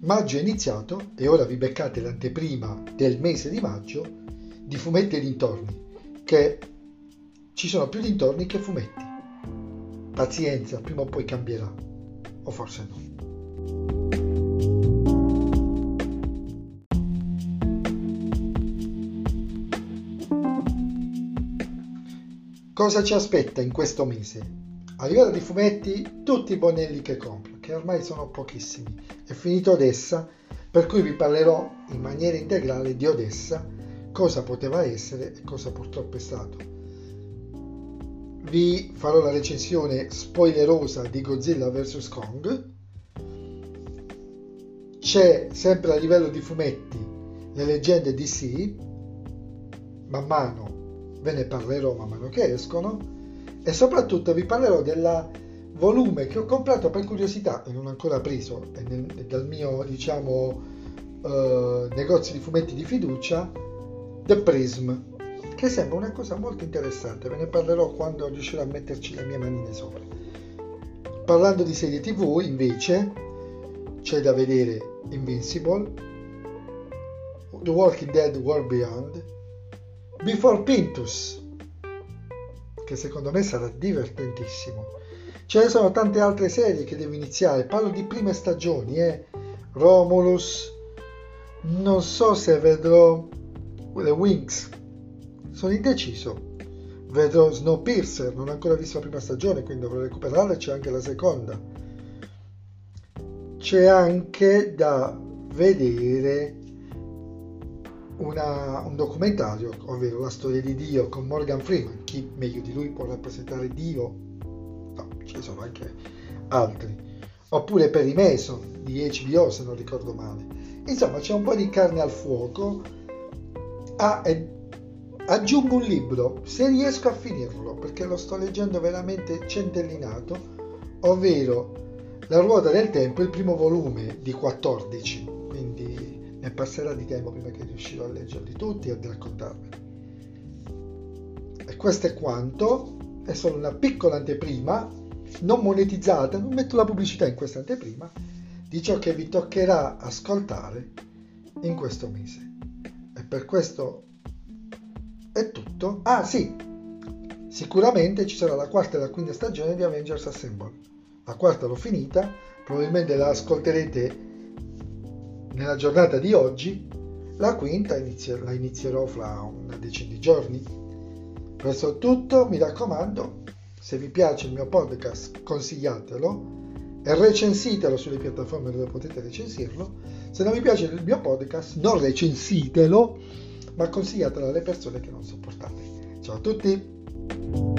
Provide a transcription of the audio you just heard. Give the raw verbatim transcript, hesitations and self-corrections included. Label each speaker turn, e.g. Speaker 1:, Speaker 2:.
Speaker 1: maggio è iniziato e ora vi beccate l'anteprima del mese di maggio di Fumetti e dintorni, che ci sono più dintorni che fumetti. Pazienza, prima o poi cambierà, o forse no. Cosa ci aspetta in questo mese? A livello di fumetti, tutti i bonelli che compro, che ormai sono pochissimi. È finito Odessa, per cui vi parlerò in maniera integrale di Odessa, cosa poteva essere e cosa purtroppo è stato. Vi farò la recensione spoilerosa di Godzilla versus Kong. C'è sempre a livello di fumetti le leggende D C, man mano ve ne parlerò man mano che escono, e soprattutto vi parlerò del volume che ho comprato per curiosità e non ho ancora preso dal mio, diciamo, uh, negozio di fumetti di fiducia, The Prism, che sembra una cosa molto interessante. Ve ne parlerò quando riuscirò a metterci le mie manine sopra. Parlando di serie tv, invece, c'è da vedere Invincible, The Walking Dead World Beyond, Before Pintus, che secondo me sarà divertentissimo. Ce ne sono tante altre serie che devo iniziare, parlo di prime stagioni, eh. Romulus, non so se vedrò The Wings, sono indeciso. Vedrò Snowpiercer, non ho ancora visto la prima stagione, quindi dovrò recuperarla, c'è anche la seconda. C'è anche da vedere Una, un documentario, ovvero la storia di Dio con Morgan Freeman. Chi meglio di lui può rappresentare Dio? No, ci sono anche altri. Oppure Perry Mason di H B O, se non ricordo male. Insomma, c'è un po' di carne al fuoco. Ah, e aggiungo un libro, se riesco a finirlo, perché lo sto leggendo veramente centellinato, ovvero La ruota del tempo, il primo volume di quattordici, quindi ne passerà di tempo prima che riuscirò a leggerli tutti e a raccontarveli. E questo è quanto. È solo una piccola anteprima, non monetizzata, non metto la pubblicità in questa anteprima, di ciò che vi toccherà ascoltare in questo mese. E per questo è tutto. Ah sì, sicuramente ci sarà la quarta e la quinta stagione di Avengers Assemble. La quarta l'ho finita, probabilmente la ascolterete nella giornata di oggi. La quinta inizier- la inizierò fra una decina di giorni. Questo è tutto, mi raccomando, se vi piace il mio podcast consigliatelo e recensitelo sulle piattaforme dove potete recensirlo. Se non vi piace il mio podcast non recensitelo, ma consigliatelo alle persone che non sopportate. Ciao a tutti!